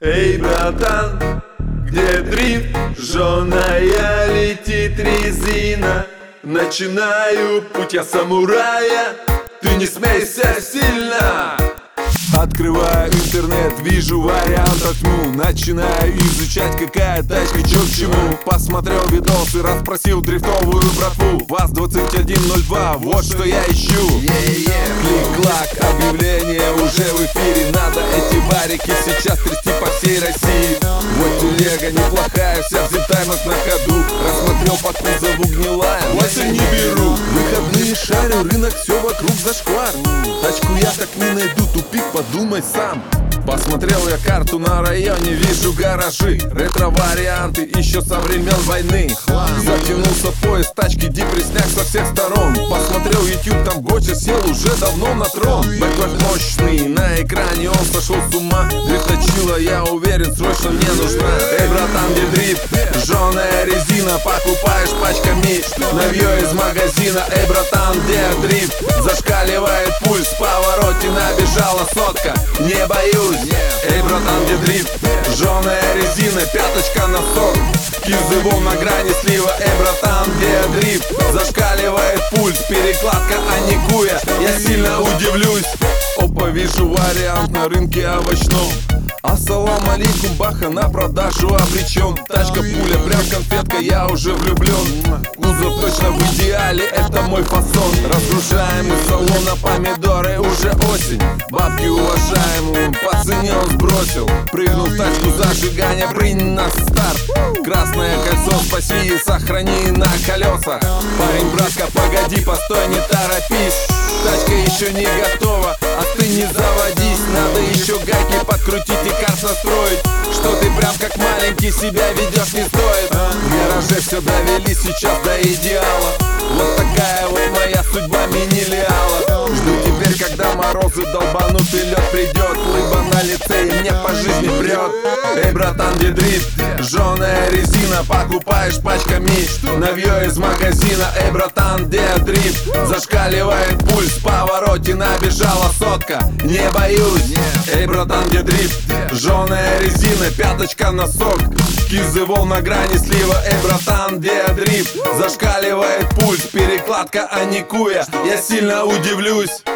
Эй, братан, где дрифт? Жжёная летит резина. Начинаю путь я самурая, ты не смейся сильно. Открываю интернет, вижу вариантов тьму. Начинаю изучать, какая тачка, чё к чему. Посмотрел видосы, расспросил дрифтовую братву. ВАЗ-2102, вот что я ищу. Клик-клак, объявление уже в эфире. Надо эти варики сейчас трясти по всей России. Вот телега неплохая, вся в зиптаймах на ходу. Рассмотрел по кузову гнилая, вот и не беру. Выходные шарю, рынок, все вокруг зашквар. Тачку я так не найду, тупик, подумай сам. Посмотрел я карту, на районе вижу гаражи. Ретро-варианты еще со времен войны. Затянулся поезд, тачки, депресняк со всех сторон. Посмотрел YouTube, там Гоча сел уже давно на трон. Бэклэк мощный, на экране он сошел с ума. Дрифточила, я уверен, срочно мне нужна. Эй, братан, где дрифт? Жжёная резина, покупаешь пачками. Новье из магазина. Эй, братан, где дрифт? Зашкаливает пульс, в повороте набежала сотка. Не боюсь. Эй, братан, где дрифт? Жжёная резина, пяточка на сок. Кизывом на грани слива. Эй, братан, где дрифт? Зашкаливает пульс, перекладка аникуя. Я сильно удивлюсь. Опа, вижу вариант на рынке овощном. Ассалам алейкум, баха на продажу обречен. Тачка пуля, прям конфетка, я уже влюблен. Кузов точно в идеале, это мой фасон. Разгружаем из салона помидоры, уже осень. Бабки уважаемую, по цене он сбросил. Прыгнул в тачку зажигания, прыгни на старт. Красное кольцо спаси и сохрани на колесах. Парень, братка, погоди, постой, не торопись. Тачка еще не готова, а ты не заводись. Надо еще гайки подкрутить и карт настроить. Что ты прям как маленький себя ведешь, не стоит. В гараже все довели сейчас до идеала. Вот такая вот моя судьба, мини-лиала. Жду теперь, когда морозы долбанут и лед придет. Лыба на лице и мне по жизни прет. Эй, братан, где дрифт? Жжёная резина, покупаешь пачками. Новье из магазина. Эй, братан, где дрифт? Зашкаливает пульс, в повороте набежала сотка. Не боюсь. Эй, братан, где дрифт? Жжёная резина, пяточка на сок. Кизывол на грани слива. Эй, братан, где дрифт? Зашкаливает пульс, перекладка аникуя. Я сильно удивлюсь.